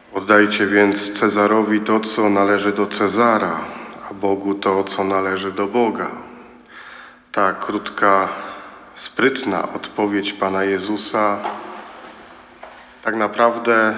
Oddajcie więc Cezarowi to, co należy do Cezara, a Bogu to, co należy do Boga. Ta krótka, sprytna odpowiedź Pana Jezusa tak naprawdę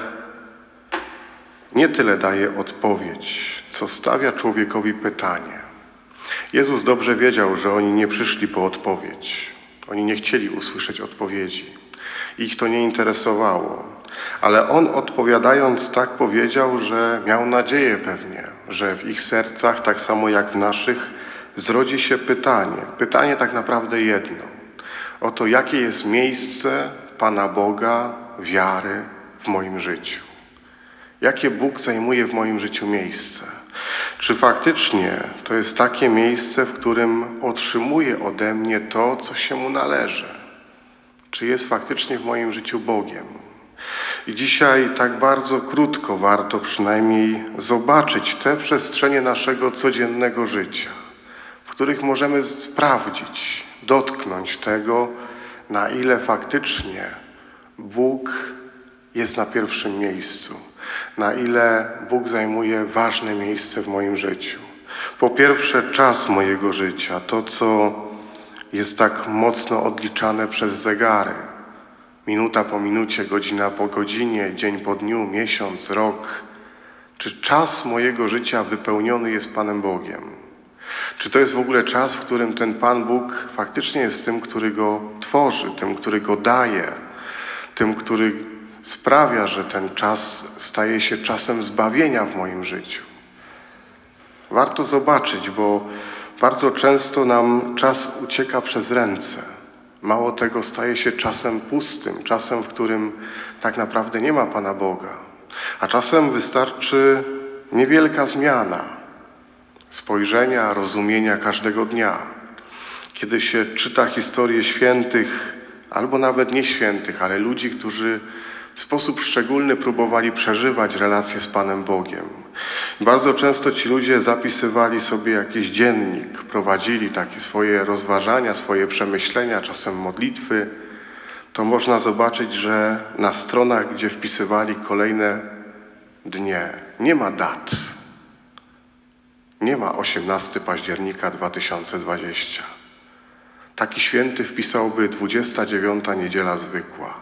nie tyle daje odpowiedź, co stawia człowiekowi pytanie. Jezus dobrze wiedział, że oni nie przyszli po odpowiedź. Oni nie chcieli usłyszeć odpowiedzi. Ich to nie interesowało. Ale On odpowiadając tak powiedział, że miał nadzieję pewnie, że w ich sercach, tak samo jak w naszych, zrodzi się pytanie. Pytanie tak naprawdę jedno. O to, jakie jest miejsce Pana Boga, wiary w moim życiu. Jakie Bóg zajmuje w moim życiu miejsce? Czy faktycznie to jest takie miejsce, w którym otrzymuje ode mnie to, co się Mu należy? Czy jest faktycznie w moim życiu Bogiem? I dzisiaj tak bardzo krótko warto przynajmniej zobaczyć te przestrzenie naszego codziennego życia, w których możemy sprawdzić, dotknąć tego, na ile faktycznie Bóg jest na pierwszym miejscu, na ile Bóg zajmuje ważne miejsce w moim życiu. Po pierwsze, czas mojego życia, to co jest tak mocno odliczane przez zegary. Minuta po minucie, godzina po godzinie, dzień po dniu, miesiąc, rok. Czy czas mojego życia wypełniony jest Panem Bogiem? Czy to jest w ogóle czas, w którym ten Pan Bóg faktycznie jest tym, który go tworzy, tym, który go daje, tym, który sprawia, że ten czas staje się czasem zbawienia w moim życiu? Warto zobaczyć, bo bardzo często nam czas ucieka przez ręce. Mało tego, staje się czasem pustym, czasem, w którym tak naprawdę nie ma Pana Boga. A czasem wystarczy niewielka zmiana spojrzenia, rozumienia każdego dnia. Kiedy się czyta historię świętych, albo nawet nie świętych, ale ludzi, którzy w sposób szczególny próbowali przeżywać relacje z Panem Bogiem. Bardzo często ci ludzie zapisywali sobie jakiś dziennik, prowadzili takie swoje rozważania, swoje przemyślenia, czasem modlitwy. To można zobaczyć, że na stronach, gdzie wpisywali kolejne dnie, nie ma dat. Nie ma 18 października 2020. Taki święty wpisałby 29 niedziela zwykła.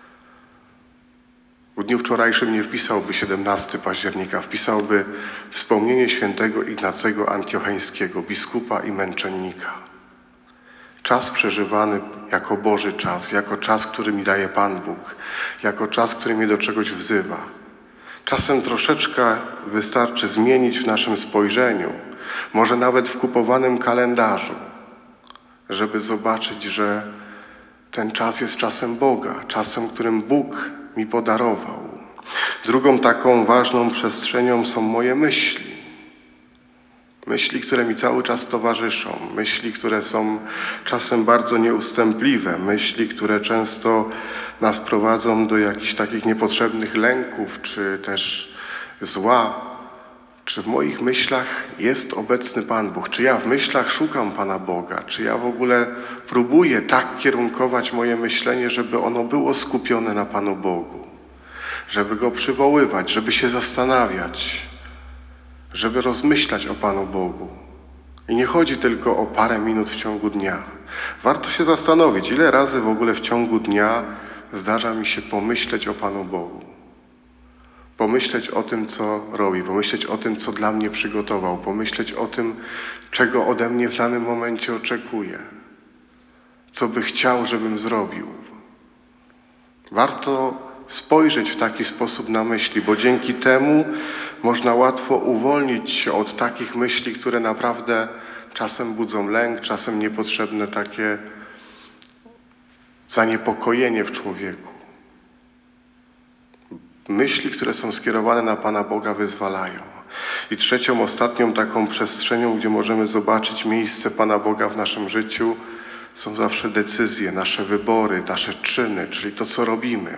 W dniu wczorajszym nie wpisałby 17 października, wpisałby wspomnienie świętego Ignacego Antiocheńskiego, biskupa i męczennika. Czas przeżywany jako Boży czas, jako czas, który mi daje Pan Bóg, jako czas, który mnie do czegoś wzywa. Czasem troszeczkę wystarczy zmienić w naszym spojrzeniu, może nawet w kupowanym kalendarzu, żeby zobaczyć, że ten czas jest czasem Boga, czasem, którym Bóg mi podarował. Drugą taką ważną przestrzenią są moje myśli. Myśli, które mi cały czas towarzyszą. Myśli, które są czasem bardzo nieustępliwe. Myśli, które często nas prowadzą do jakichś takich niepotrzebnych lęków, czy też zła. Czy w moich myślach jest obecny Pan Bóg? Czy ja w myślach szukam Pana Boga? Czy ja w ogóle próbuję tak kierunkować moje myślenie, żeby ono było skupione na Panu Bogu? Żeby Go przywoływać, żeby się zastanawiać, żeby rozmyślać o Panu Bogu. I nie chodzi tylko o parę minut w ciągu dnia. Warto się zastanowić, ile razy w ogóle w ciągu dnia zdarza mi się pomyśleć o Panu Bogu. Pomyśleć o tym, co robi, pomyśleć o tym, co dla mnie przygotował, pomyśleć o tym, czego ode mnie w danym momencie oczekuje, co by chciał, żebym zrobił. Warto spojrzeć w taki sposób na myśli, bo dzięki temu można łatwo uwolnić się od takich myśli, które naprawdę czasem budzą lęk, czasem niepotrzebne takie zaniepokojenie w człowieku. Myśli, które są skierowane na Pana Boga, wyzwalają. I trzecią, ostatnią taką przestrzenią, gdzie możemy zobaczyć miejsce Pana Boga w naszym życiu, są zawsze decyzje, nasze wybory, nasze czyny, czyli to, co robimy.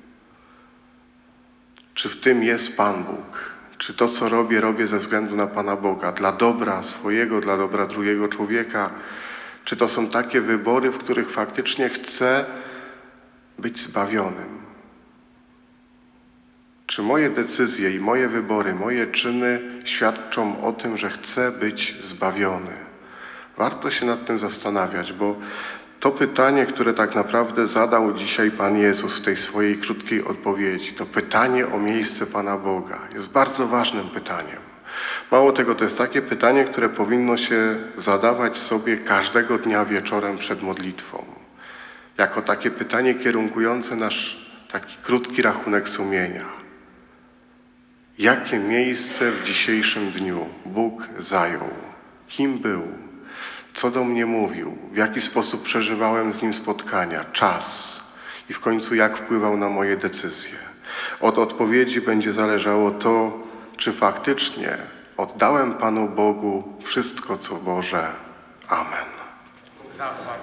Czy w tym jest Pan Bóg? Czy to, co robię ze względu na Pana Boga, dla dobra swojego, dla dobra drugiego człowieka? Czy to są takie wybory, w których faktycznie chcę być zbawionym? Czy moje decyzje i moje wybory, moje czyny świadczą o tym, że chcę być zbawiony? Warto się nad tym zastanawiać, bo to pytanie, które tak naprawdę zadał dzisiaj Pan Jezus w tej swojej krótkiej odpowiedzi, to pytanie o miejsce Pana Boga, jest bardzo ważnym pytaniem. Mało tego, to jest takie pytanie, które powinno się zadawać sobie każdego dnia wieczorem przed modlitwą. Jako takie pytanie kierunkujące nasz taki krótki rachunek sumienia. Jakie miejsce w dzisiejszym dniu Bóg zajął? Kim był? Co do mnie mówił? W jaki sposób przeżywałem z Nim spotkania, czas? I w końcu jak wpływał na moje decyzje? Od odpowiedzi będzie zależało to, czy faktycznie oddałem Panu Bogu wszystko, co Boże. Amen.